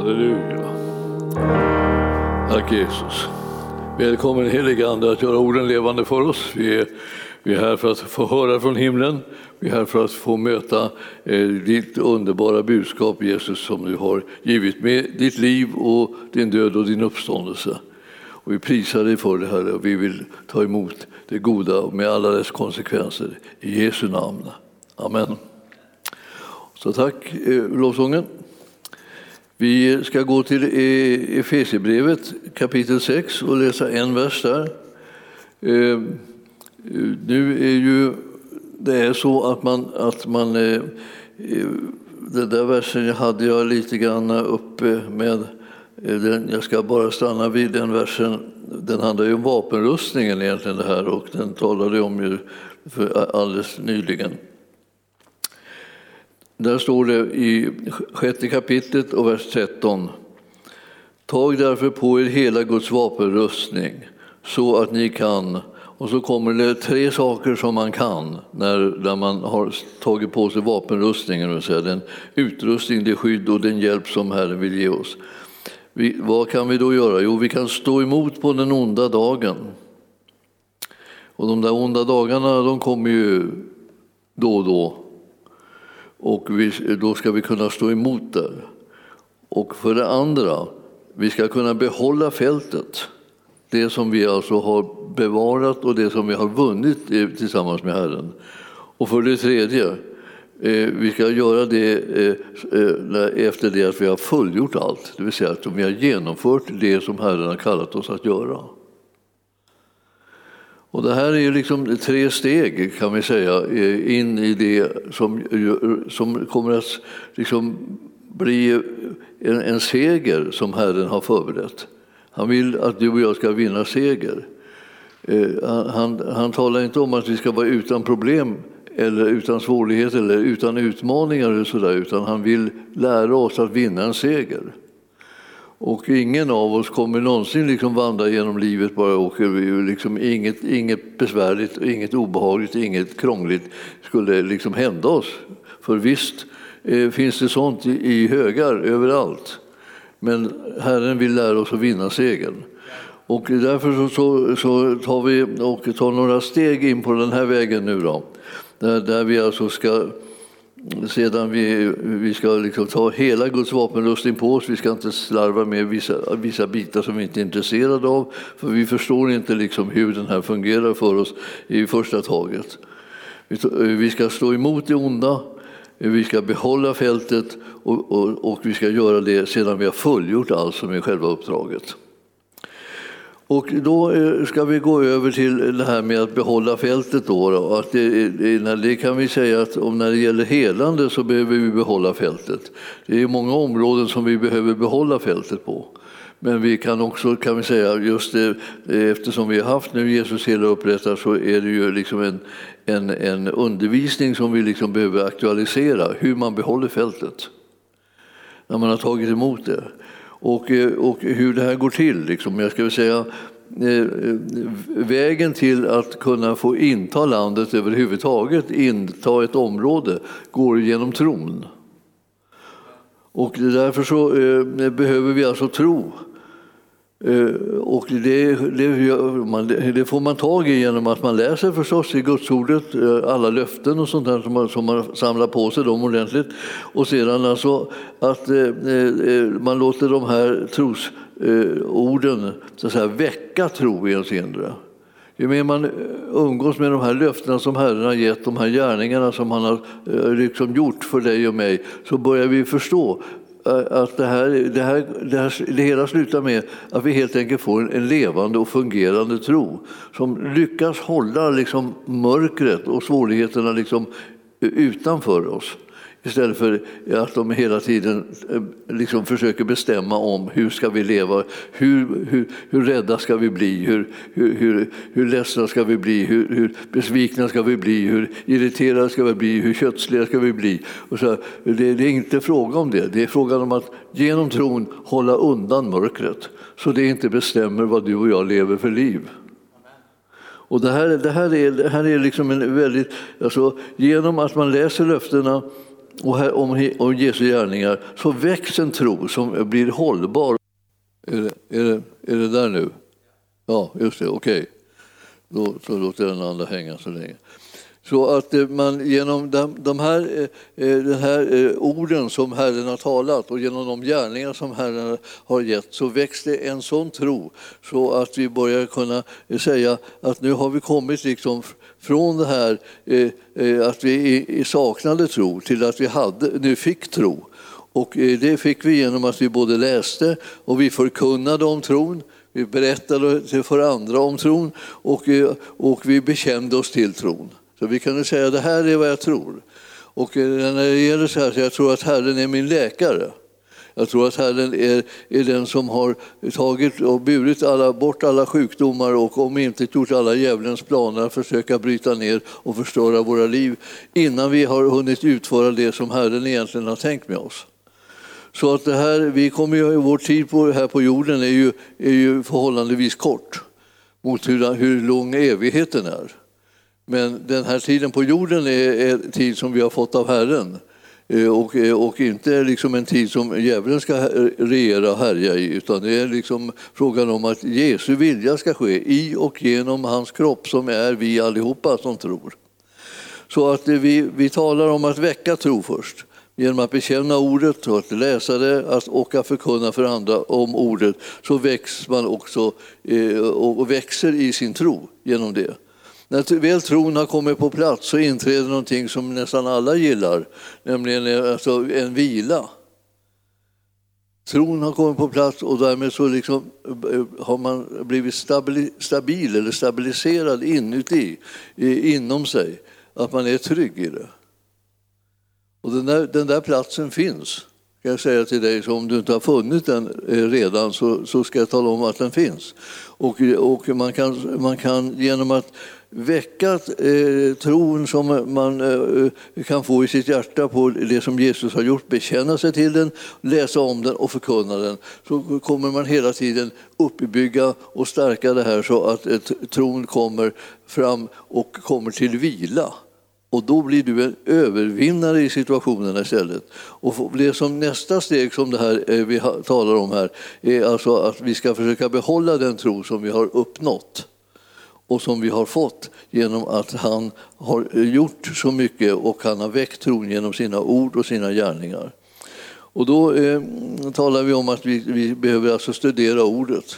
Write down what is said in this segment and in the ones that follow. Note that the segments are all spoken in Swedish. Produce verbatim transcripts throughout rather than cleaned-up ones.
Halleluja. Tack Jesus. Välkommen helige Ande att göra orden levande för oss. Vi är, vi är här för att få höra från himlen. Vi är här för att få möta eh, ditt underbara budskap, Jesus, som du har givit med ditt liv och din död och din uppståndelse. Och vi prisar dig för det här och vi vill ta emot det goda med alla dess konsekvenser. I Jesu namn. Amen. Så tack, eh, lovsången. Vi ska gå till Efesierbrevet kapitel sex och läsa en vers där. Eh, nu är ju det är så att man, att man eh, den där versen hade jag lite grann uppe med, eh, den, jag ska bara stanna vid den versen. Den handlar ju om vapenrustningen egentligen det här, och den talade om ju för alldeles nyligen. Där står det i sjätte kapitlet och vers tretton. Tag därför på er hela Guds vapenrustning så att ni kan. Och så kommer det tre saker som man kan när, när man har tagit på sig vapenrustningen. Och säga, den utrustning, det skydd och den hjälp som Herren vill ge oss. Vi, vad kan vi då göra? Jo, vi kan stå emot på den onda dagen. Och de där onda dagarna, de kommer ju då och då. Och vi, då ska vi kunna stå emot där. Och för det andra, vi ska kunna behålla fältet. Det som vi alltså har bevarat och det som vi har vunnit tillsammans med Herren. Och för det tredje, eh, vi ska göra det eh, efter det att vi har fullgjort allt. Det vill säga att vi har genomfört det som Herren har kallat oss att göra. Och det här är liksom tre steg, kan vi säga, in i det som, som kommer att liksom bli en, en seger som Herren har förberett. Han vill att du och jag ska vinna seger. Han, han talar inte om att vi ska vara utan problem eller utan svårigheter eller utan utmaningar eller sådär, utan han vill lära oss att vinna en seger. Och ingen av oss kommer någonsin liksom vandra genom livet bara och liksom inget, inget besvärligt, inget obehagligt, inget krångligt skulle liksom hända oss. För visst eh, finns det sånt i, i högar överallt. Men Herren vill lära oss att vinna segern. Och därför så, så, så tar vi och tar några steg in på den här vägen nu då. Där, där vi alltså ska... Sedan vi, vi ska liksom ta hela Guds vapenrustning på oss. Vi ska inte slarva med vissa, vissa bitar som vi inte är intresserade av. För vi förstår inte liksom hur den här fungerar för oss i första taget. Vi, vi ska stå emot det onda. Vi ska behålla fältet. Och, och, och vi ska göra det sedan vi har fullgjort allt som är själva uppdraget. Och då ska vi gå över till det här med att behålla fältet då. Och att det, det kan vi säga att om när det gäller helande så behöver vi behålla fältet. Det är många områden som vi behöver behålla fältet på. Men vi kan också, kan vi säga, just det, eftersom vi har haft nu Jesus hela upprättat, så är det ju liksom en, en, en undervisning som vi liksom behöver aktualisera. Hur man behåller fältet när man har tagit emot det. Och, och hur det här går till, liksom. Jag ska väl säga, eh, vägen till att kunna få inta landet överhuvudtaget, inta ett område, går genom tron. Och därför så eh, behöver vi alltså tro. Eh, och det, det, man, det får man tag i genom att man läser förstås i Gudsordet alla löften och sånt där som man, som man samlar på sig dem ordentligt. Och sedan alltså att eh, man låter de här trosorden eh, så att säga, väcka tro i ens inre. Ju mer man umgås med de här löftena som Herren har gett, de här gärningarna som han har eh, liksom gjort för dig och mig, så börjar vi förstå att det här, det, här, det, här, det hela slutar med att vi helt enkelt får en, en levande och fungerande tro som lyckas hålla liksom mörkret och svårigheterna liksom utanför oss. Istället för att de hela tiden liksom försöker bestämma om hur ska vi leva, hur, hur, hur rädda ska vi bli, hur, hur, hur, hur ledsna ska vi bli, hur, hur besvikna ska vi bli, hur irriterade ska vi bli, hur kötsliga ska vi bli. Och så, det, det är inte fråga om det, det är frågan om att genom tron hålla undan mörkret så det inte bestämmer vad du och jag lever för liv. Och det här, det här är, det här är liksom en väldigt, alltså, genom att man läser löftena och här, om, om Jesu gärningar, så väcks en tro som blir hållbar. Är det, är det, är det där nu? Ja, just det, okej. Okay. Då så låter den andra hänga så länge. Så att man genom de, de här, den här orden som Herren har talat och genom de gärningar som Herren har gett, så växte det en sån tro så att vi börjar kunna säga att nu har vi kommit liksom från det här att vi saknade tro till att vi hade, nu fick tro. Och det fick vi genom att vi både läste och vi förkunnade om tron. Vi berättade för andra om tron och, och vi bekände oss till tron. Så vi kan säga att det här är vad jag tror. Och när det gäller så här, så jag tror att Herren är min läkare. Jag tror att Herren är, är den som har tagit och burit alla, bort alla sjukdomar och om inte gjort alla djävulens planer att försöka bryta ner och förstöra våra liv innan vi har hunnit utföra det som Herren egentligen har tänkt med oss. Så att det här, vi kommer ju, vår tid på, här på jorden är ju, är ju förhållandevis kort mot hur, hur lång evigheten är. Men den här tiden på jorden är en tid som vi har fått av Herren. Och, och inte liksom en tid som djävulen ska regera och härja i, utan det är liksom frågan om att Jesu vilja ska ske i och genom hans kropp som är vi allihopa som tror. Så att vi, vi talar om att väcka tro först. Genom att bekänna ordet och att läsa det att, och att förkunna för andra om ordet, så växer man också eh, och växer i sin tro genom det. När väl tron har kommit på plats så inträder någonting som nästan alla gillar, nämligen alltså en vila. Tron har kommit på plats och därmed så liksom har man blivit stabil, stabil eller stabiliserad inuti, inom sig, att man är trygg i det. Och den där, den där platsen finns, kan jag säga till dig, så om du inte har funnit den redan så, så ska jag tala om att den finns. Och, och man, kan, man kan genom att väcka eh, tron som man eh, kan få i sitt hjärta på det som Jesus har gjort, bekänna sig till den, läsa om den och förkunna den, så kommer man hela tiden uppbygga och stärka det här så att eh, tron kommer fram och kommer till vila. Och då blir du en övervinnare i situationen istället. Och det som nästa steg som det här vi talar om här är alltså att vi ska försöka behålla den tro som vi har uppnått och som vi har fått genom att han har gjort så mycket och han har väckt tron genom sina ord och sina gärningar. Och då eh, talar vi om att vi, vi behöver alltså studera ordet.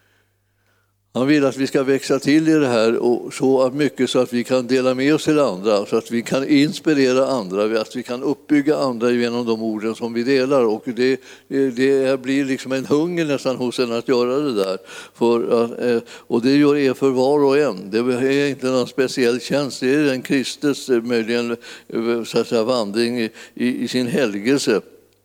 Han vill att vi ska växa till i det här och så mycket så att vi kan dela med oss till andra, så att vi kan inspirera andra, att vi kan uppbygga andra genom de orden som vi delar. Och det, det blir liksom en hunger nästan hos en att göra det där. För, och det gör er för var och en. Det är inte någon speciell tjänst, det är en Kristus möjligen så att säga, vandring i, i sin helgelse.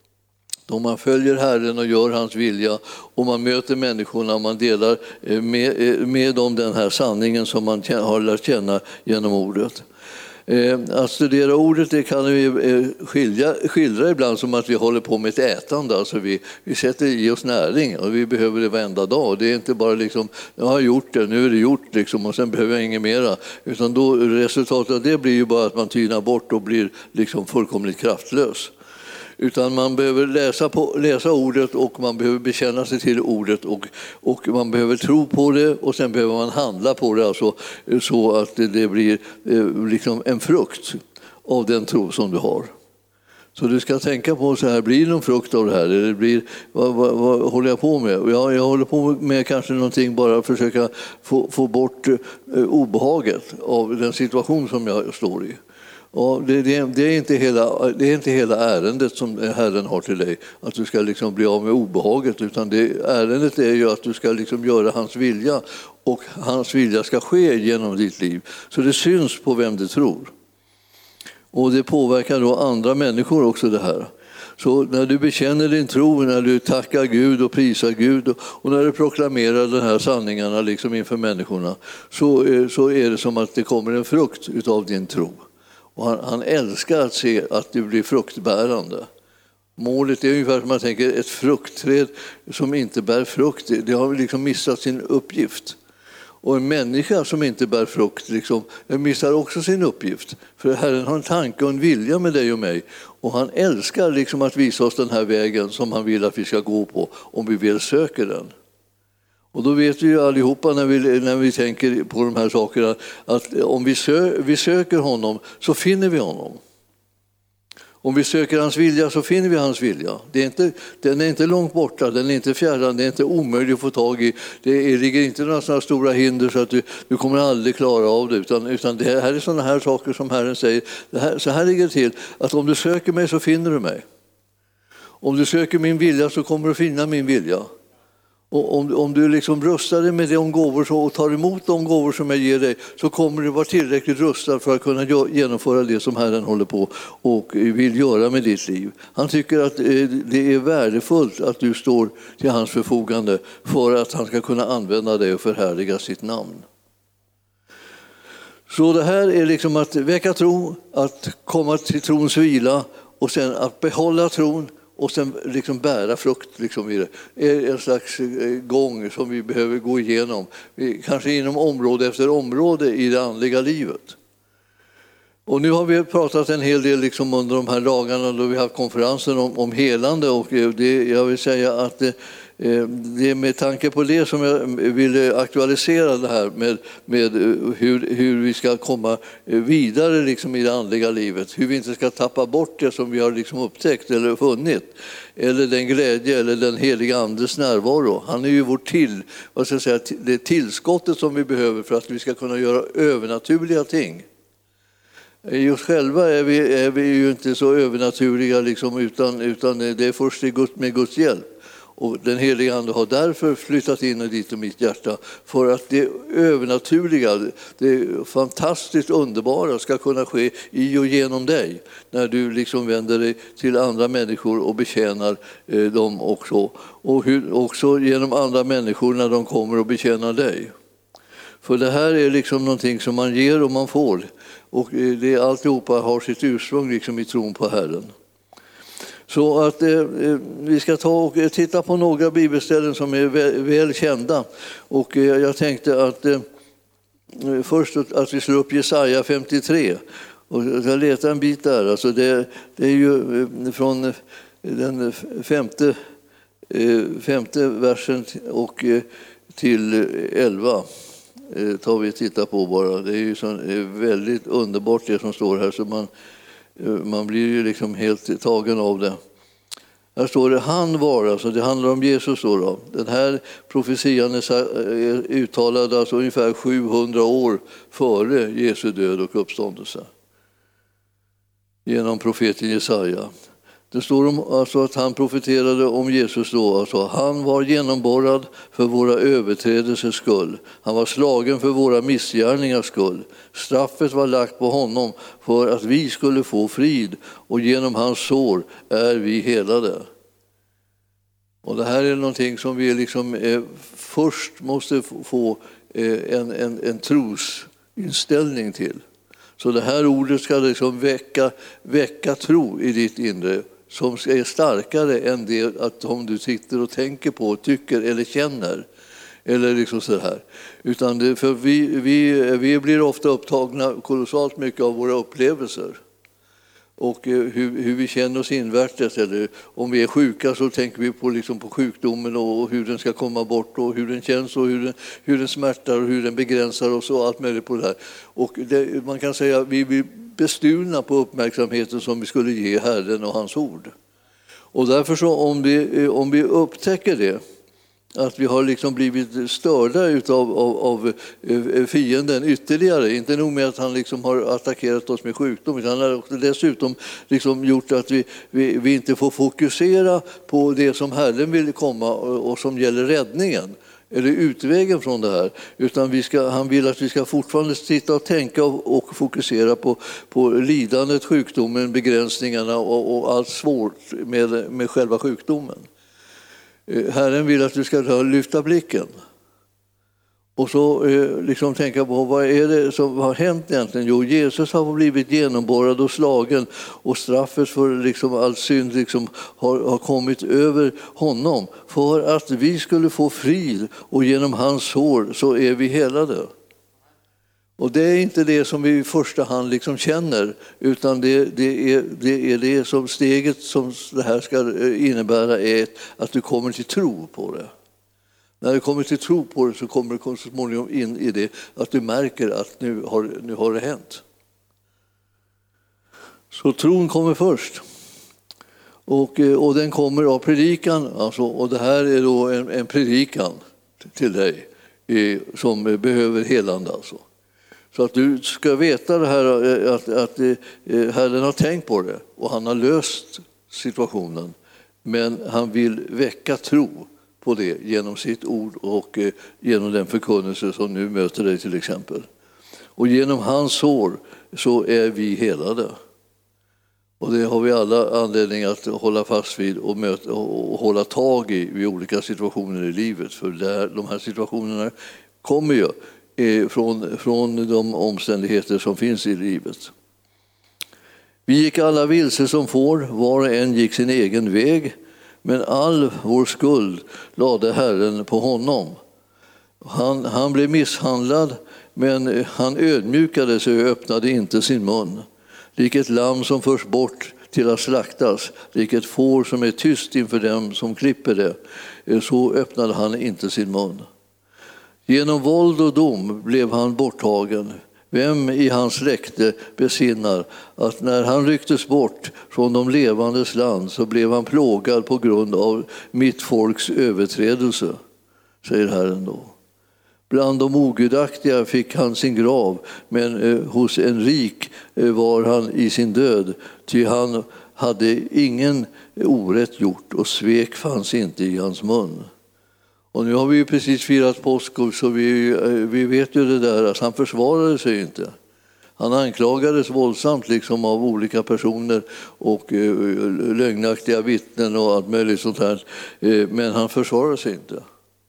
Då man följer Herren och gör hans vilja och man möter människorna och man delar med, med dem den här sanningen som man har lärt känna genom ordet. Att studera ordet, det kan vi skilja, skildra ibland som att vi håller på med ett ätande. Alltså vi, vi sätter i oss näring och vi behöver det varenda dag. Det är inte bara liksom, jag har gjort det, nu är det gjort liksom, och sen behöver jag inget mera. Utan då, resultatet av det blir ju bara att man tynar bort och blir liksom fullkomligt kraftlös. Utan man behöver läsa, på, läsa ordet och man behöver bekänna sig till ordet och, och man behöver tro på det och sen behöver man handla på det, alltså, så att det, det blir eh, liksom en frukt av den tro som du har. Så du ska tänka på så här, blir det någon frukt av det här? Eller blir, vad, vad, vad håller jag på med? Jag, jag håller på med kanske någonting, bara att försöka få, få bort eh, obehaget av den situation som jag står i. Och det, det, det, är inte hela, det är inte hela ärendet som Herren har till dig, att du ska liksom bli av med obehaget, utan det, ärendet är ju att du ska liksom göra hans vilja och hans vilja ska ske genom ditt liv. Så det syns på vem du tror. Och det påverkar då andra människor också det här. Så när du bekänner din tro, när du tackar Gud och prisar Gud och när du proklamerar de här sanningarna liksom inför människorna, så, så är det som att det kommer en frukt utav din tro. Och han, han älskar att se att du blir fruktbärande. Målet är ungefär som man tänker ett fruktträd som inte bär frukt. Det har liksom missat sin uppgift. Och en människa som inte bär frukt liksom, missar också sin uppgift. För Herren har en tanke och en vilja med dig och mig. Och han älskar liksom att visa oss den här vägen som han vill att vi ska gå på om vi väl söker den. Och då vet vi ju allihopa när vi, när vi tänker på de här sakerna att om vi, sö, vi söker honom så finner vi honom. Om vi söker hans vilja så finner vi hans vilja. Det är inte, den är inte långt borta, den är inte fjärran, det är inte omöjligt att få tag i. Det ligger inte några sådana stora hinder så att du, du kommer aldrig klara av det. Utan, utan det här är sådana här saker som Herren säger. Det här, så här ligger det till, att om du söker mig så finner du mig. Om du söker min vilja så kommer du finna min vilja. Och om, om du liksom rustar dig med de gåvor och tar emot de gåvor som jag ger dig så kommer du vara tillräckligt rustad för att kunna genomföra det som Herren håller på och vill göra med ditt liv. Han tycker att det är värdefullt att du står till hans förfogande för att han ska kunna använda dig och förhärliga sitt namn. Så det här är liksom att väcka tro, att komma till trons vila och sen att behålla tron. Och sen liksom bära frukt liksom i det. Det är en slags gång som vi behöver gå igenom. Kanske inom område efter område i det andliga livet. Och nu har vi pratat en hel del liksom under de här dagarna då vi har haft konferensen om, om helande. Och det, jag vill säga att det, det är med tanke på det som jag vill aktualisera det här med, med hur, hur vi ska komma vidare liksom i det andliga livet. Hur vi inte ska tappa bort det som vi har liksom upptäckt eller funnit. Eller den glädje eller den heliga andes närvaro. Han är ju vårt till, vad ska jag säga, det tillskottet som vi behöver för att vi ska kunna göra övernaturliga ting. I oss själva är vi, är vi ju inte så övernaturliga liksom, utan, utan det är först med Guds hjälp. Och den heliga ande har därför flyttat in i ditt och mitt hjärta för att det övernaturliga, det fantastiskt underbara ska kunna ske i och genom dig när du liksom vänder dig till andra människor och betjänar dem också. Och hur, också genom andra människor när de kommer och betjänar dig. För det här är liksom någonting som man ger och man får. Och det alltihopa har sitt ursprung liksom i tron på Herren. Så att eh, vi ska ta och titta på några bibelställen som är väl, väl kända. Och eh, jag tänkte att eh, först att vi slår upp Jesaja femtiotre. Och jag letar en bit där. Alltså det, det är ju från den femte, eh, femte versen och eh, till elva. Tar vi och tittar på bara. Det är ju så, är väldigt underbart det som står här så man, man blir ju liksom helt tagen av det. Här står det han var, alltså det handlar om Jesus då. då. Den här profetian är uttalad alltså ungefär sjuhundra år före Jesu död och uppståndelse. Genom profeten Jesaja. Det står om, alltså att han profeterade om Jesus då. Alltså, han var genomborrad för våra överträdelsers skull. Han var slagen för våra missgärningars skull. Straffet var lagt på honom för att vi skulle få frid. Och genom hans sår är vi helade. Och det här är någonting som vi liksom, eh, först måste få eh, en, en, en trosinställning till. Så det här ordet ska liksom väcka, väcka tro i ditt inre. Som är starkare än det att om du sitter och tänker på, tycker eller känner. Eller liksom så här. Utan det, för vi, vi, vi blir ofta upptagna kolossalt mycket av våra upplevelser. Och hur, hur vi känner oss invärtes. Eller om vi är sjuka så tänker vi på, liksom på sjukdomen och hur den ska komma bort. Och hur den känns och hur den, hur den smärtar och hur den begränsar oss och allt möjligt på det här. Och det, man kan säga att vi blir bestulna på uppmärksamheten som vi skulle ge Herren och hans ord. Och därför så om vi, om vi upptäcker det, att vi har liksom blivit störda utav, av, av fienden ytterligare. Inte nog med att han liksom har attackerat oss med sjukdom, utan han har också dessutom liksom gjort att vi, vi, vi inte får fokusera på det som Herren vill komma och, och som gäller räddningen. Eller utvägen från det här. Utan vi ska, han vill att vi ska fortfarande sitta och tänka och, och fokusera på, på lidandet, sjukdomen, begränsningarna och, och allt svårt med, med själva sjukdomen. Herren vill att du ska lyfta blicken Och så eh, liksom tänka på vad är det som har hänt egentligen? Jo, Jesus har blivit genomborrad och slagen och straffet för liksom all synd liksom har, har kommit över honom för att vi skulle få frid, och genom hans sår så är vi helade. Och det är inte det som vi i första hand liksom känner, utan det, det, är, det är det som steget som det här ska innebära är att du kommer till tro på det. När du kommer till tro på det så kommer du så småningom in i det att du märker att nu har, nu har det hänt. Så tron kommer först. Och, och den kommer av predikan. Alltså, och det här är då en, en predikan till dig som behöver helande. Alltså. Så att du ska veta det här, att, att Herren har tänkt på det och han har löst situationen. Men han vill väcka tro på det genom sitt ord och genom den förkunnelse som nu möter dig till exempel. Och genom hans sår så är vi helade. Och det har vi alla anledning att hålla fast vid och, möta, och hålla tag i vid olika situationer i livet. För där, de här situationerna kommer ju från, från de omständigheter som finns i livet. Vi gick alla vilse som får, var och en gick sin egen väg. Men all vår skuld lade Herren på honom. Han, han blev misshandlad, men han ödmjukade sig och öppnade inte sin mun. Lik ett lamm som förs bort till att slaktas, lik ett får som är tyst inför dem som klipper det, så öppnade han inte sin mun. Genom våld och dom blev han borttagen. Vem i hans släkte besinnar att när han rycktes bort från de levandes land så blev han plågad på grund av mitt folks överträdelse, säger Herren då. Bland de ogudaktiga fick han sin grav, men eh, hos en rik eh, var han i sin död, ty han hade ingen orätt gjort och svek fanns inte i hans mun. Och nu har vi ju precis firat påsk, så vi, vi vet ju det där att han försvarade sig inte. Han anklagades våldsamt liksom av olika personer och eh, lögnaktiga vittnen och allt möjligt sånt här. Eh, men han försvarade sig inte.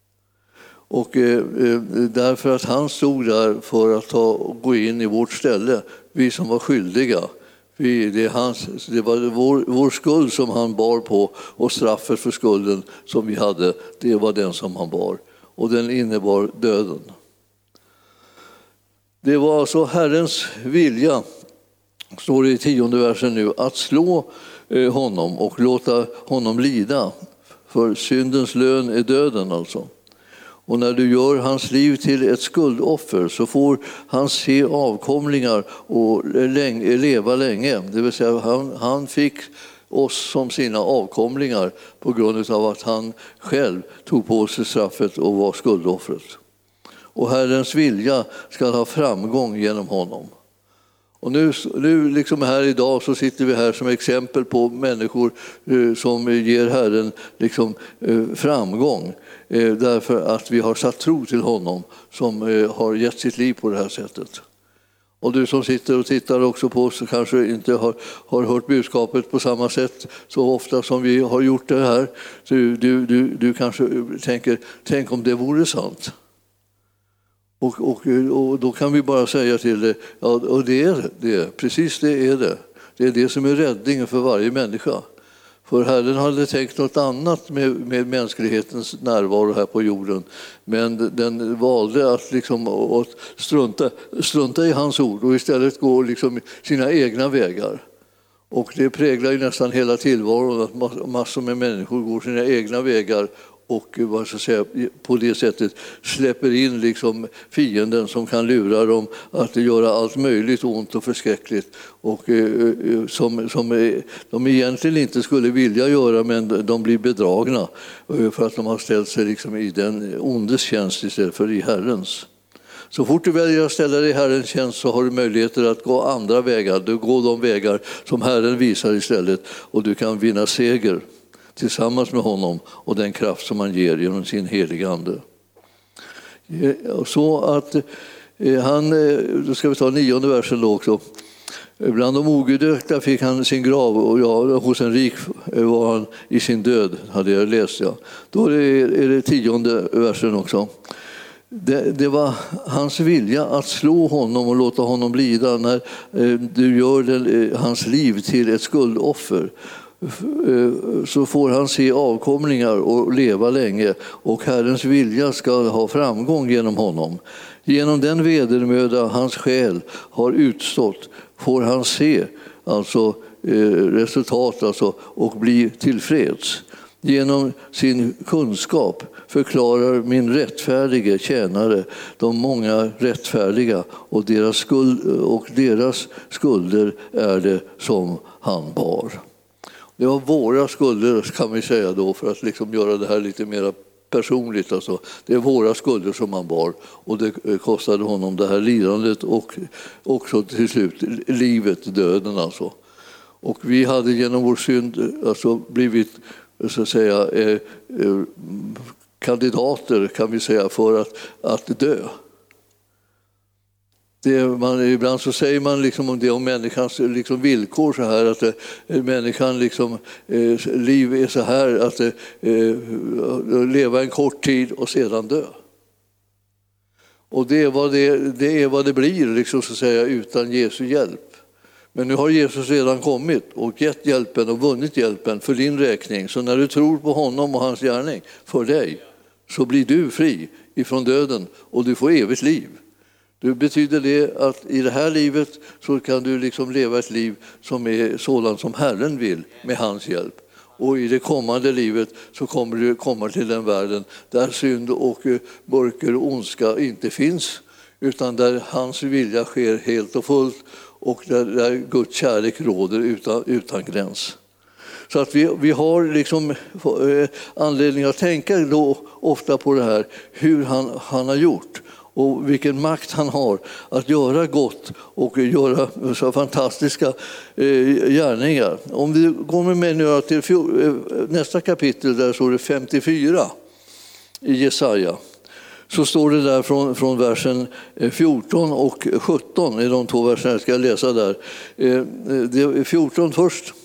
Och eh, därför att han stod där för att ta, gå in i vårt ställe, vi som var skyldiga. Vi, det, hans, det var vår, vår skuld som han bar på, och straffet för skulden som vi hade, det var den som han bar. Och den innebar döden. Det var alltså Herrens vilja, står det i tionde versen nu, att slå honom och låta honom lida. För syndens lön är döden alltså. Och när du gör hans liv till ett skuldoffer så får han se avkomlingar och leva länge. Det vill säga han, han fick oss som sina avkomlingar på grund av att han själv tog på sig straffet och var skuldoffret. Och Herrens vilja ska ha framgång genom honom. Och nu, nu liksom här idag så sitter vi här som exempel på människor eh, som ger Herren liksom, eh, framgång. Eh, därför att vi har satt tro till honom som eh, har gett sitt liv på det här sättet. Och du som sitter och tittar också på oss kanske inte har, har hört budskapet på samma sätt så ofta som vi har gjort det här. Du, du, du, du kanske tänker, tänk om det vore sant. Och, och, och då kan vi bara säga till det, ja, och det är det, precis det är det. Det är det som är räddningen för varje människa. För Herren hade tänkt något annat med, med mänsklighetens närvaro här på jorden. Men den valde att, liksom, att strunta, strunta i hans ord och istället gå liksom sina egna vägar. Och det präglar ju nästan hela tillvaron att massor med människor går sina egna vägar och vad ska jag säga, på det sättet släpper in liksom fienden som kan lura dem att göra allt möjligt ont och förskräckligt och eh, som, som de egentligen inte skulle vilja göra, men de blir bedragna för att de har ställt sig liksom i den ondes tjänst istället för i Herrens. Så fort du väljer att ställa dig i Herrens tjänst så har du möjligheter att gå andra vägar. Du går de vägar som Herren visar istället och du kan vinna seger tillsammans med honom och den kraft som han ger genom sin heliga ande. Så att han, då ska vi ta nionde versen då också. Bland de ogudaktiga fick han sin grav och ja, hos en rik var han i sin död, hade jag läst. Ja. Då är det, är det tionde versen också. Det, det var hans vilja att slå honom och låta honom lida när eh, du gör den, eh, hans liv till ett skuldoffer. Eh, så får han se avkomlingar och leva länge, och Herrens vilja ska ha framgång genom honom. Genom den vedermöda hans själ har utstått får han se alltså, eh, resultat alltså, och bli tillfreds. Genom sin kunskap förklarar min rättfärdige tjänare de många rättfärdiga, och deras, skuld, och deras skulder är det som han bar. Det var våra skulder, kan vi säga då, för att liksom göra det här lite mer personligt. Alltså. Det är våra skulder som han bar, och det kostade honom det här lidandet och också till slut livet, döden alltså. Och vi hade genom vår synd alltså blivit så att säga eh, eh, kandidater, kan vi säga, för att, att dö. Det man, ibland så säger man liksom om det om människans liksom villkor så här att eh, människan liksom, eh, liv är så här att eh, leva en kort tid och sedan dö. Och det är vad det, det, är vad det blir liksom, så att säga, utan Jesu hjälp. Men nu har Jesus redan kommit och gett hjälpen och vunnit hjälpen för din räkning. Så när du tror på honom och hans gärning för dig, så blir du fri ifrån döden och du får evigt liv. Det betyder det att i det här livet så kan du liksom leva ett liv som är sådant som Herren vill med hans hjälp. Och i det kommande livet så kommer du komma till den världen där synd och mörker och ondska inte finns, utan där hans vilja sker helt och fullt, och där, där Guds kärlek råder utan, utan gräns. Så att vi, vi har liksom anledning att tänka då ofta på det här, hur han, han har gjort och vilken makt han har att göra gott och göra så fantastiska eh, gärningar. Om vi går med mig nu till fjol, nästa kapitel, där står det femtiofyra i Jesaja. Så står det där från, från versen fjorton och sjutton, i de två verserna jag ska läsa där. Det är fjorton först.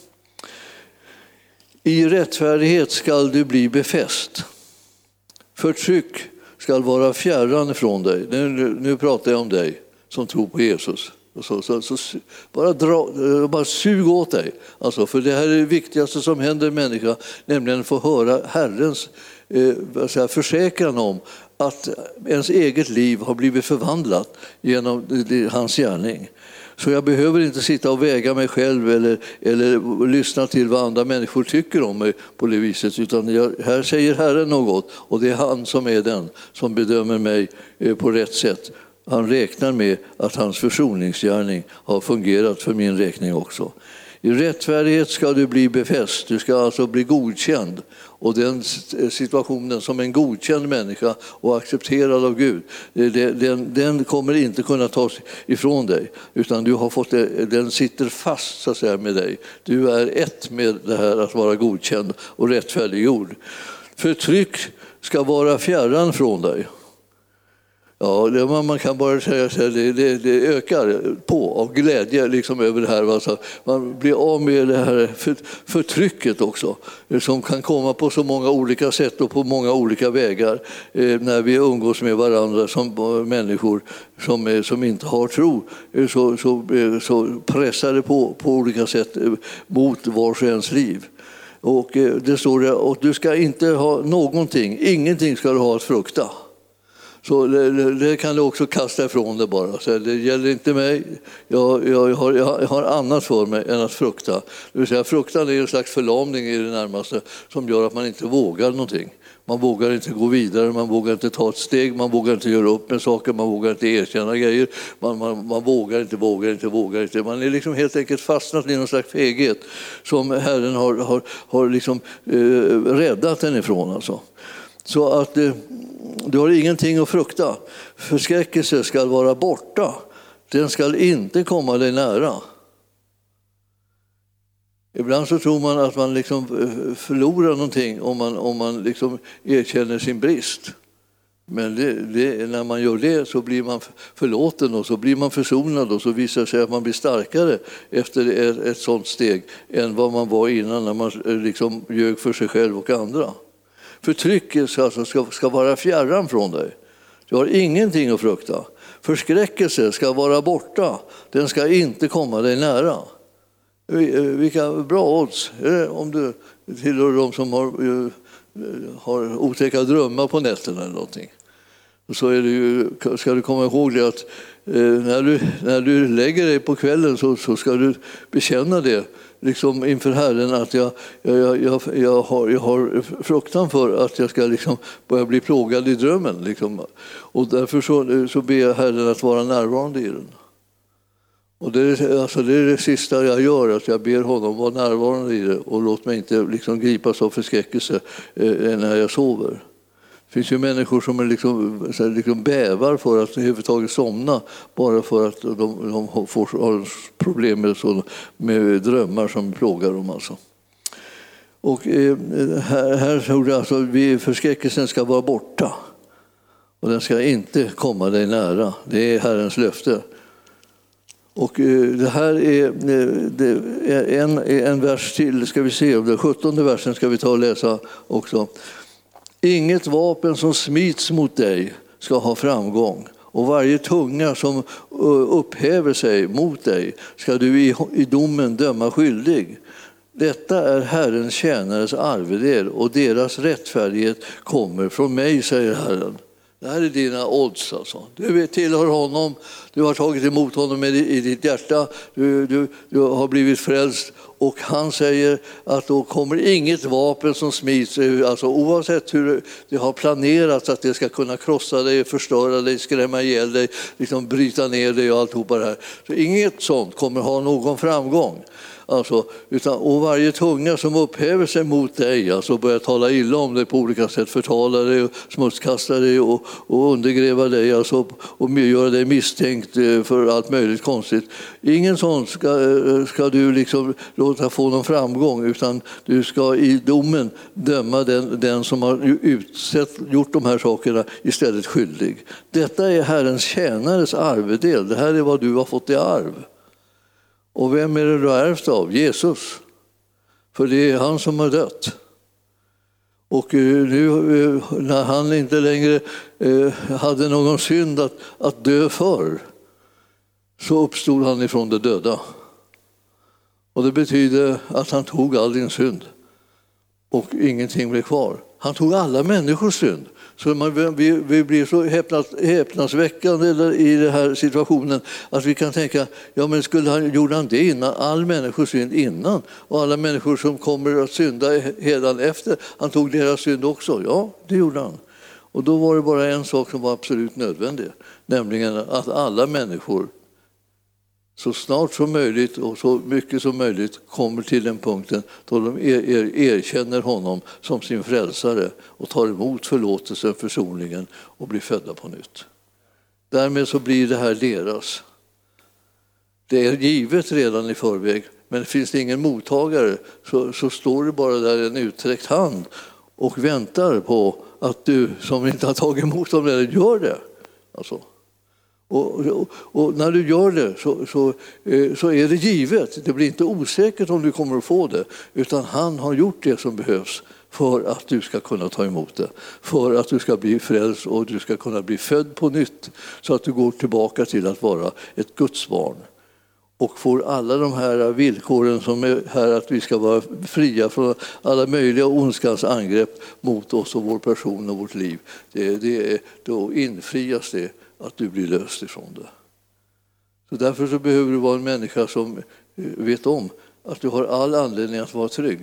I rättfärdighet skall du bli befäst. Förtryck skall vara fjärran från dig. Nu, nu pratar jag om dig som tror på Jesus. Så, så, så, bara, dra, bara sug åt dig. Alltså, för det här är det viktigaste som händer människa, nämligen att få höra Herrens eh, försäkran om att ens eget liv har blivit förvandlat genom hans gärning. Så jag behöver inte sitta och väga mig själv eller, eller lyssna till vad andra människor tycker om mig på det viset. Utan jag, här säger Herren något, och det är han som är den som bedömer mig på rätt sätt. Han räknar med att hans försoningsgärning har fungerat för min räkning också. I rättfärdighet ska du bli befäst, du ska alltså bli godkänd. Och den situationen som en godkänd människa och accepterad av Gud, den, den kommer inte kunna tas ifrån dig, utan du har fått, den sitter fast så att säga med dig. Du är ett med det här att vara godkänd och rättfärdiggjord. Förtryck ska vara fjärran från dig. Ja, det, man kan bara säga att det, det, det ökar på av glädje liksom över det här. Alltså, man blir av med det här för, förtrycket också, som kan komma på så många olika sätt och på många olika vägar eh, när vi umgås med varandra som människor som, som inte har tro. Så, så, så pressar det på, på olika sätt mot vars och ens liv. Och eh, det står det, och du ska inte ha någonting, ingenting ska du ha att frukta. Så det, det kan du också kasta ifrån det bara. Så det gäller inte mig. Jag, jag, har, jag har annat för mig än att frukta. Det vill säga, fruktan är en slags förlamning i det närmaste som gör att man inte vågar någonting. Man vågar inte gå vidare, man vågar inte ta ett steg, man vågar inte göra upp med saker, man vågar inte erkänna grejer. Man, man, man vågar inte, vågar inte, vågar inte. Man är liksom helt enkelt fastnat i någon slags feghet som Herren har, har, har liksom, eh, räddat den ifrån. Alltså. Så att eh, du har ingenting att frukta. Förskräckelse ska vara borta. Den ska inte komma dig nära. Ibland så tror man att man liksom förlorar någonting om man, om man liksom erkänner sin brist. Men det, det, när man gör det så blir man förlåten och så blir man försonad, och så visar sig att man blir starkare efter ett, ett sådant steg än vad man var innan när man liksom ljög för sig själv och andra. Förtrycket alltså ska, ska vara fjärran från dig. Du har ingenting att frukta. Förskräckelse ska vara borta. Den ska inte komma dig nära. Vilka bra odds om du tillhör de som har, har otäcka drömmar på nätterna eller någonting. Så är det ju, ska du komma ihåg det att eh, när, du, när du lägger dig på kvällen så, så ska du bekänna det liksom inför Herren att jag, jag, jag, jag, har, jag har fruktan för att jag ska liksom börja bli plågad i drömmen. Liksom. Och därför så, så ber jag Herren att vara närvarande i den. Och det är, alltså det är det sista jag gör, att jag ber honom vara närvarande i det och låt mig inte liksom gripas av förskräckelse eh, när jag sover. Det finns ju människor som är liksom, så liksom bävar för att överhuvudtaget somna bara för att de, de får har problem med, så, med drömmar som plågar dem. Alltså. Och eh, här, här står det alltså att förskräckelsen ska vara borta och den ska inte komma dig nära. Det är Herrens löfte. Och eh, det här är, det är en, en vers till, ska vi se, den sjuttonde versen ska vi ta och läsa också. Inget vapen som smits mot dig ska ha framgång, och varje tunga som upphäver sig mot dig ska du i, i domen döma skyldig. Detta är Herrens tjänares arvedel, och deras rättfärdighet kommer från mig, säger Herren. Det här är dina odds. Alltså. Du tillhör honom, du har tagit emot honom i ditt hjärta, du, du, du har blivit frälst, och han säger att då kommer inget vapen som smits, alltså oavsett hur det har planerats att det ska kunna krossa dig, förstöra dig, skrämma ihjäl dig, liksom bryta ner dig och alltihopa det här. Så inget sånt kommer ha någon framgång. Alltså, utan, och varje tunga som upphäver sig mot dig, alltså börjar tala illa om dig på olika sätt, förtala dig och smutskasta dig och, och undergräva dig, alltså, och göra dig misstänkt för allt möjligt konstigt. Ingen sån ska, ska du liksom låta få någon framgång, utan du ska i domen döma den, den som har utsett, gjort de här sakerna istället skyldig. Detta är Herrens tjänares arvedel. Det här är vad du har fått i arv. Och vem är det du har ärvt av? Jesus. För det är han som har dött. Och nu när han inte längre hade någon synd att, att dö för, så uppstod han ifrån de döda. Och det betyder att han tog all din synd. Och ingenting blev kvar. Han tog alla människors synd. Så man, vi, vi blir så häpnas, häpnadsväckande i den här situationen att vi kan tänka, ja men skulle han, gjorde han det innan? All människors synd innan. Och alla människor som kommer att synda hedan efter. Han tog deras synd också. Ja, det gjorde han. Och då var det bara en sak som var absolut nödvändig. Nämligen att alla människor så snart som möjligt och så mycket som möjligt kommer till den punkten då de er, erkänner honom som sin frälsare och tar emot förlåtelsen, försoningen och blir födda på nytt. Därmed så blir det här deras. Det är givet redan i förväg, men finns det ingen mottagare så, så står det bara där en utsträckt hand och väntar på att du som inte har tagit emot dem eller gör det. Alltså. Och, och, och när du gör det så, så, så är det givet. Det blir inte osäkert om du kommer att få det, utan han har gjort det som behövs för att du ska kunna ta emot det. För att du ska bli frälst och du ska kunna bli född på nytt, så att du går tillbaka till att vara ett Guds barn. Och får alla de här villkoren som är här, att vi ska vara fria från alla möjliga ondskans angrepp mot oss och vår person och vårt liv. Det, det, då infrias det att du blir löst ifrån det. Så därför så behöver du vara en människa som vet om att du har all anledning att vara trygg.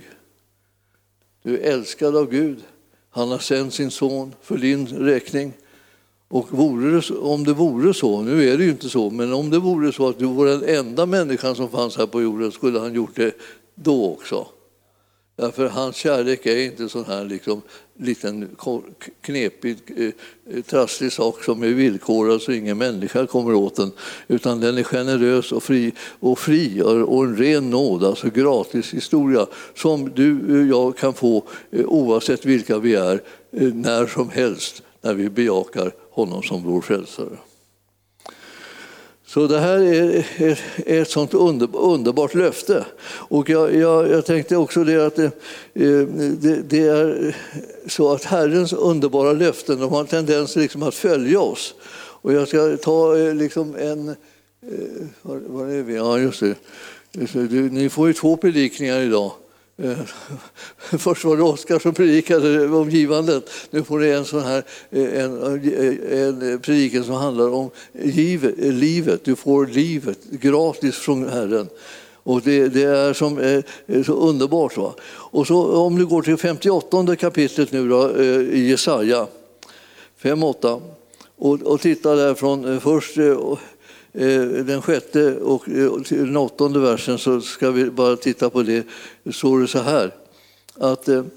Du är älskad av Gud. Han har sänt sin son för din räkning. Och vore det, om det vore så, nu är det ju inte så, men om det vore så att du var den enda människan som fanns här på jorden, skulle han gjort det då också. Därför hans kärlek är inte sån här liksom liten knepig, trasslig sak som är villkorad så ingen människa kommer åt den, utan den är generös och fri och fri och en ren nåd, alltså gratis historia som du och jag kan få oavsett vilka vi är, när som helst när vi bejakar honom som vår frälsare. Så det här är, är, är ett sånt under, underbart löfte. Och jag, jag, jag tänkte också det att det, det, det är så att Herrens underbara löften, de har en tendens liksom att följa oss. Och jag ska ta liksom en... Var, var är vi? Ja, just det. Ni får ju två predikningar idag. Först var det Oskar som predikade om givandet. Nu får ni en sån här en, en predikan som handlar om givet, livet. Du får livet gratis från Herren. Och det, det är som är så underbart. Va? Och så om du går till femtioåttonde kapitlet nu då, i Jesaja fem åtta och, och tittar där från först den sjätte och den åttonde versen, så ska vi bara titta på det. Så står det så här att eh,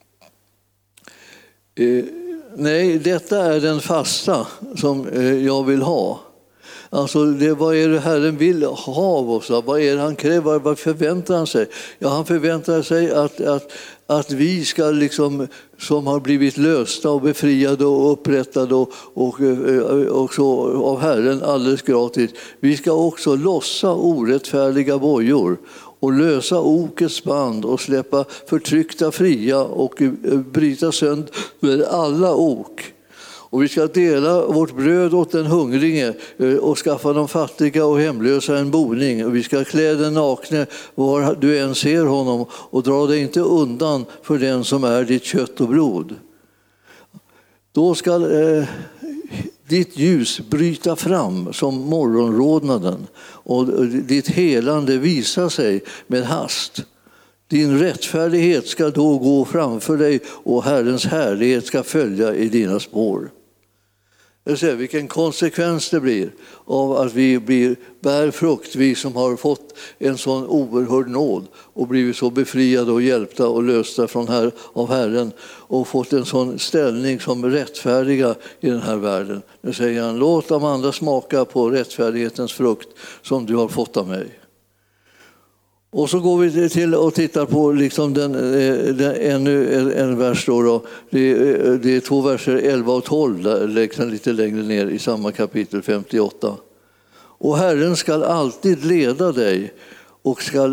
nej, detta är den fasta som eh, jag vill ha. Alltså, det, vad är det Herren vill ha av oss? Vad är det han kräver? Vad förväntar han sig? Ja, han förväntar sig att, att, att vi ska liksom, som har blivit lösta och befriade och upprättade och, och, och så, av Herren alldeles gratis. Vi ska också lossa orättfärdiga bojor och lösa okets band och släppa förtryckta fria och bryta sönder alla ok. Och vi ska dela vårt bröd åt den hungrige och skaffa de fattiga och hemlösa en boning. Och vi ska klä den nakne var du än ser honom och dra dig inte undan för den som är ditt kött och blod. Då ska eh, ditt ljus bryta fram som morgonrodnaden och ditt helande visa sig med hast. Din rättfärdighet ska då gå framför dig och Herrens härlighet ska följa i dina spår. Jag ser vilken konsekvens det blir av att vi blir, bär frukt, vi som har fått en sån oerhörd nåd och blivit så befriade och hjälpta och lösta från här, av Herren och fått en sån ställning som rättfärdiga i den här världen. Nu säger han, låt de andra smaka på rättfärdighetens frukt som du har fått av mig. Och så går vi till och tittar på liksom den, den, ännu en vers. Då då. Det, det är två verser, elva och tolv, liksom lite längre ner i samma kapitel femtioåtta. Och Herren ska alltid leda dig och ska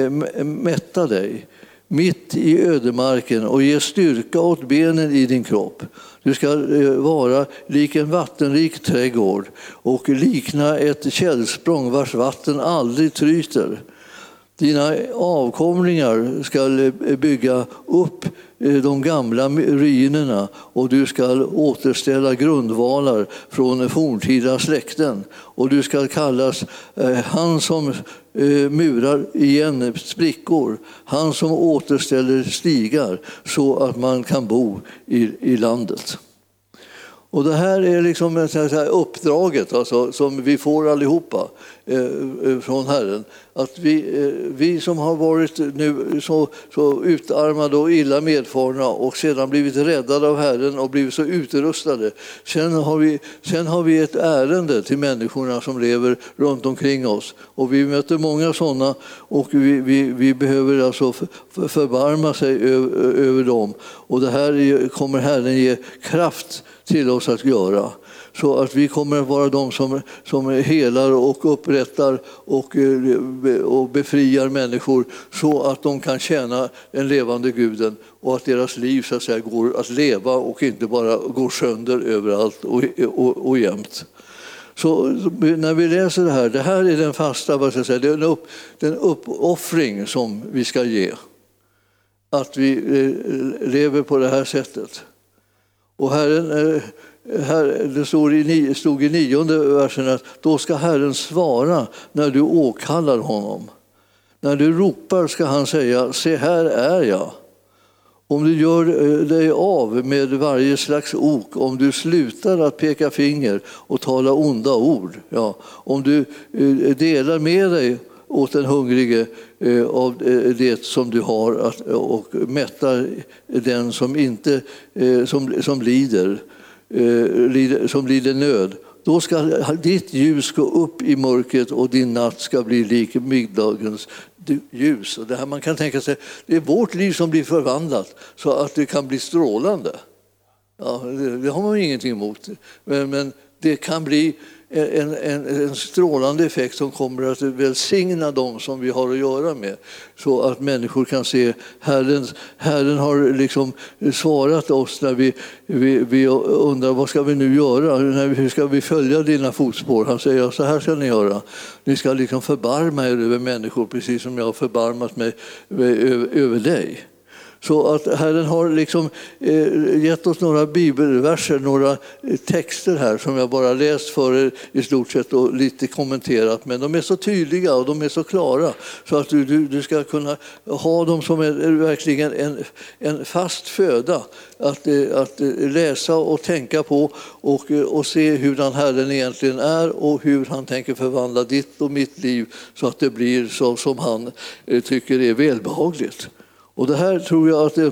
mätta dig mitt i ödemarken och ge styrka åt benen i din kropp. Du ska vara lik en vattenrik trädgård och likna ett källsprång vars vatten aldrig tryter. Dina avkomlingar ska bygga upp de gamla ruinerna och du ska återställa grundvalar från forntida släkten. Och du ska kallas han som murar igen sprickor, han som återställer stigar så att man kan bo i, i landet. Och det här är liksom ett uppdraget alltså, som vi får allihopa eh, från Herren. Att vi, eh, vi som har varit nu så, så utarmade och illa medfarna och sedan blivit räddade av Herren och blivit så utrustade. Sen har vi, sen har vi ett ärende till människorna som lever runt omkring oss. Och vi möter många sådana och vi, vi, vi behöver alltså för, förbarma sig över, över dem. Och det här kommer Herren ge kraft till oss att göra. Så att vi kommer att vara de som, som helar och upprättar och, och befriar människor så att de kan tjäna den levande Guden och att deras liv så att säga, går att leva och inte bara går sönder överallt och, och, och jämt. Så när vi läser det här, det här är den fasta, vad ska jag säga, det är den, upp, den uppoffring som vi ska ge. Att vi lever på det här sättet. Och Herren, här, det stod i, stod i nionde versen att då ska Herren svara när du åkallar honom. När du ropar ska han säga, se här är jag. Om du gör dig av med varje slags ok, om du slutar att peka finger och tala onda ord, ja, om du delar med dig åt den hungrige av det som du har och mättar den som, inte, som, som, lider, som lider nöd. Då ska ditt ljus gå upp i mörkret och din natt ska bli lik middagens ljus. Och det här man kan tänka sig, det är vårt liv som blir förvandlat så att det kan bli strålande. Ja, det, det har man ingenting emot. Men, men det kan bli En, en, en strålande effekt som kommer att välsigna dem som vi har att göra med, så att människor kan se Herren, Herren har liksom svarat oss när vi, vi, vi undrar vad ska vi nu göra, hur ska vi följa dina fotspår. Han säger så här ska ni göra, ni ska liksom förbarma er över människor precis som jag har förbarmat mig över, över dig. Så att Herren har liksom eh, gett oss några bibelverser, några texter här som jag bara läst för er i stort sett och lite kommenterat. Men de är så tydliga och de är så klara så att du, du, du ska kunna ha dem som är, är verkligen en, en fast föda att, att läsa och tänka på och, och se hur den Herren egentligen är och hur han tänker förvandla ditt och mitt liv så att det blir så som han tycker är välbehagligt. Och det här tror jag att, det,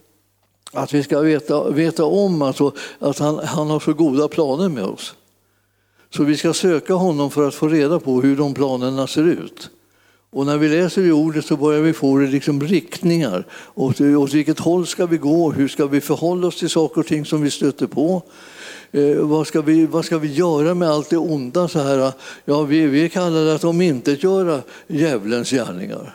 att vi ska veta, veta om, alltså, att han, han har så goda planer med oss. Så vi ska söka honom för att få reda på hur de planerna ser ut. Och när vi läser i ordet så börjar vi få liksom riktningar. Åt, åt vilket håll ska vi gå? Hur ska vi förhålla oss till saker och ting som vi stöter på? Eh, vad, ska vi, vad ska vi göra med allt det onda? Så här, ja, vi, vi kallar det att omintetgöra djävulens gärningar.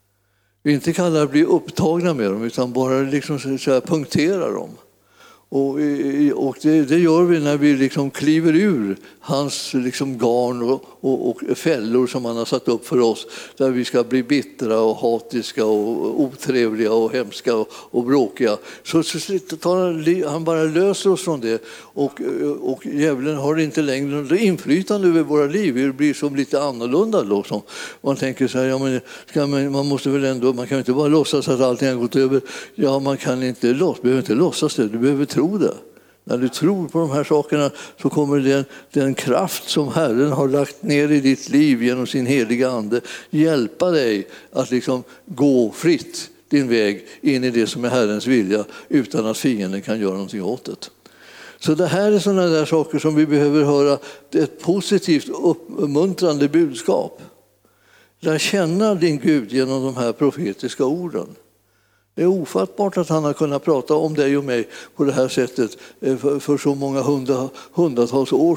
Vi inte kallar det att bli upptagna med dem utan bara liksom så här punktera dem. Och, och det, det gör vi när vi liksom kliver ur hans liksom garn och, och, och fällor som han har satt upp för oss. Där vi ska bli bittra och hatiska och otrevliga och hemska och, och bråkiga. Så, så tar han, han bara löser oss från det. Och, och djävulen har inte längre något inflytande över våra liv. Det blir som lite annorlunda då. Som man tänker så här, ja, men ska man, man måste väl ändå, man kan inte bara låtsas att allting har gått över. Ja, man kan inte låtsas, behöver inte låtsas det, du behöver tro det. När du tror på de här sakerna så kommer den, den kraft som Herren har lagt ner i ditt liv genom sin heliga ande hjälpa dig att liksom gå fritt din väg in i det som är Herrens vilja utan att fienden kan göra någonting åt det. Så det här är sådana där saker som vi behöver höra, ett positivt uppmuntrande budskap. Lär känna din Gud genom de här profetiska orden. Det är ofattbart att han har kunnat prata om dig och mig på det här sättet för, för så många hundra, hundratals år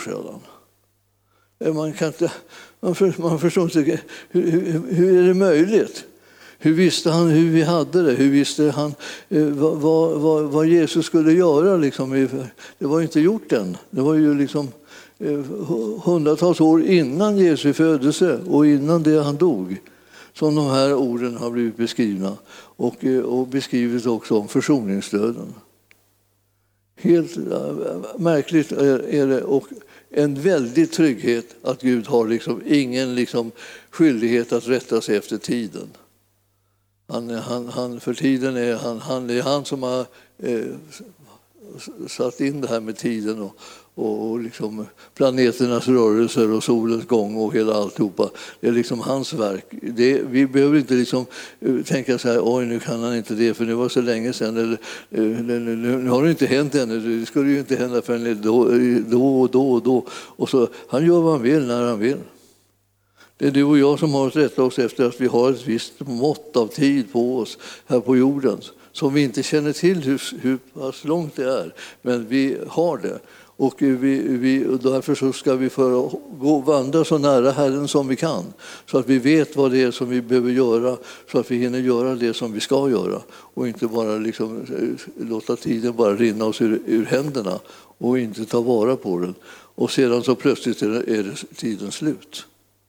sedan. Man, kan inte, man, för, man förstår inte, hur, hur, hur är det möjligt? Hur visste han hur vi hade det? Hur visste han vad, vad, vad Jesus skulle göra? Liksom? Det var ju inte gjort än. Det var ju liksom hundratals år innan Jesu födelse och innan det han dog. Som de här orden har blivit beskrivna och, och beskrivit också om försoningsdöden. Helt märkligt är det och en väldig trygghet att Gud har liksom ingen liksom skyldighet att rätta sig efter tiden. Han, han, han, för tiden är han, han, är han som har eh, satt in det här med tiden och, och liksom planeternas rörelser och solens gång och hela alltihopa. Det är liksom hans verk. Det, vi behöver inte liksom tänka så här, oj nu kan han inte det för det var så länge sedan. Eller, nu, nu har det inte hänt ännu, det skulle ju inte hända förrän då, då och då och då. Och så, han gör vad han vill när han vill. Det är du och jag som har att rätta oss efter att vi har ett visst mått av tid på oss här på jorden som vi inte känner till hur, hur pass långt det är, men vi har det. Och vi, vi, därför så ska vi för gå vandra så nära Herren som vi kan så att vi vet vad det är som vi behöver göra så att vi hinner göra det som vi ska göra och inte bara liksom låta tiden bara rinna oss ur, ur händerna och inte ta vara på den. Och sedan så plötsligt är, det, är det tiden slut.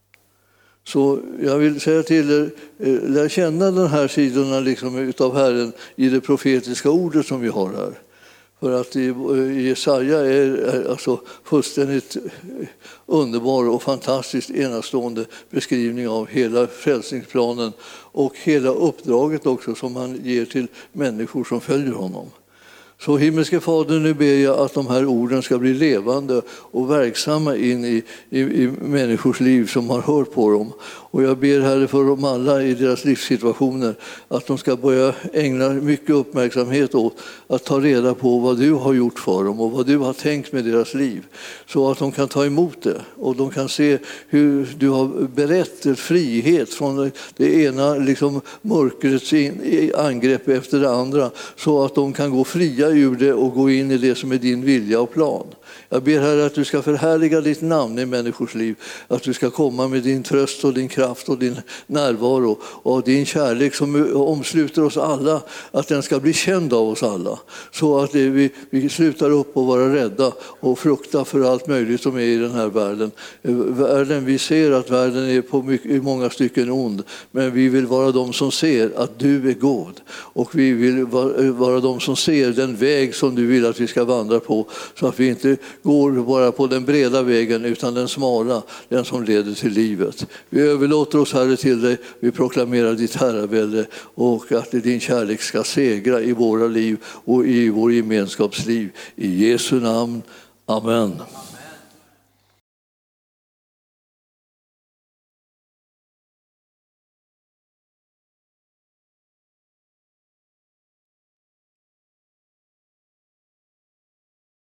Så jag vill säga till er, lär känna den här sidorna liksom utav Herren i det profetiska ordet som vi har här. För att Jesaja är alltså fullständigt underbar och fantastiskt enastående beskrivning av hela frälsningsplanen och hela uppdraget också som han ger till människor som följer honom. Så himmelske Fader, nu ber jag att de här orden ska bli levande och verksamma in i, i, i människors liv som har hört på dem. Och jag ber Herre för dem alla i deras livssituationer att de ska börja ägna mycket uppmärksamhet åt att ta reda på vad du har gjort för dem och vad du har tänkt med deras liv. Så att de kan ta emot det och de kan se hur du har berett frihet från det ena liksom mörkrets angrepp efter det andra så att de kan gå fria glida ur det och gå in i det som är din vilja och plan. Jag ber Herre att du ska förhärliga ditt namn i människors liv, att du ska komma med din tröst och din kraft och din närvaro och din kärlek som omsluter oss alla, att den ska bli känd av oss alla, så att vi, vi slutar upp och vara rädda och frukta för allt möjligt som är i den här världen. Världen, vi ser att världen är på mycket, i många stycken ond, men vi vill vara de som ser att du är god, och vi vill vara, vara de som ser den väg som du vill att vi ska vandra på, så att vi inte går bara på den breda vägen utan den smala, den som leder till livet. Vi överlåter oss, Herre, till dig. Vi proklamerar ditt herravälde och att din kärlek ska segra i våra liv och i vår gemenskapsliv. I Jesu namn. Amen.